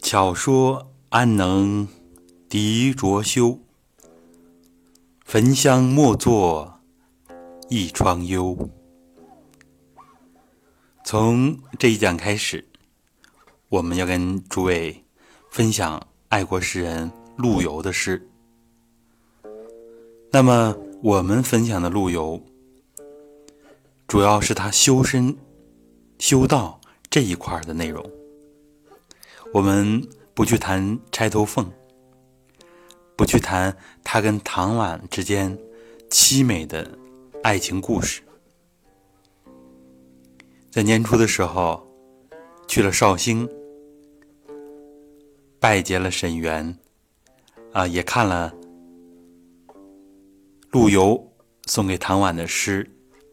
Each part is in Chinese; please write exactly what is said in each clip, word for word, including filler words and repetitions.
巧说安能敌拙修，焚香莫作一窗幽。从这一讲开始，我们要跟诸位分享爱国诗人陆游的诗。那么我们分享的陆游，主要是他修身修道这一块的内容。我们不去谈钗头凤，不去谈他跟唐婉之间凄美的爱情故事。在年初的时候去了绍兴，拜谒了沈园，啊，也看了陆游送给唐婉的诗，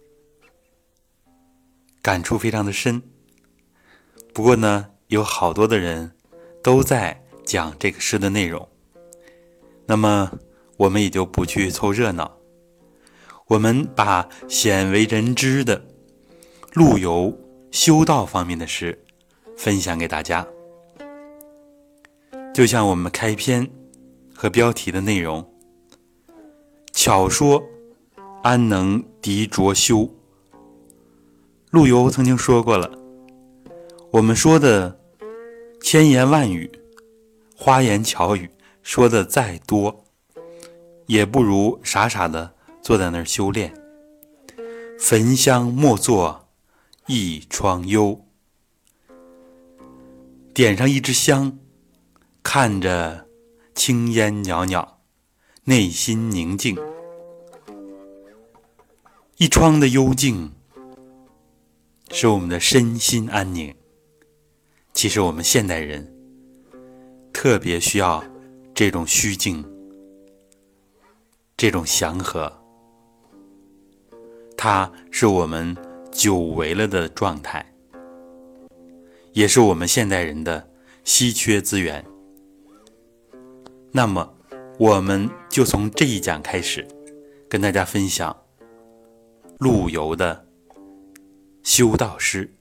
感触非常的深。不过呢，有好多的人都在讲这个诗的内容，那么我们也就不去凑热闹，我们把鲜为人知的陆游修道方面的诗分享给大家。就像我们开篇和标题的内容，巧说安能敌拙修。陆游曾经说过了，我们说的千言万语、花言巧语说的再多，也不如傻傻的坐在那儿修炼。焚香莫作一窗幽，点上一支香，看着青烟袅袅，内心宁静。一窗的幽静使我们的身心安宁。其实我们现代人特别需要这种虚静，这种祥和，它是我们久违了的状态，也是我们现代人的稀缺资源。那么我们就从这一讲开始跟大家分享陆游的修道诗。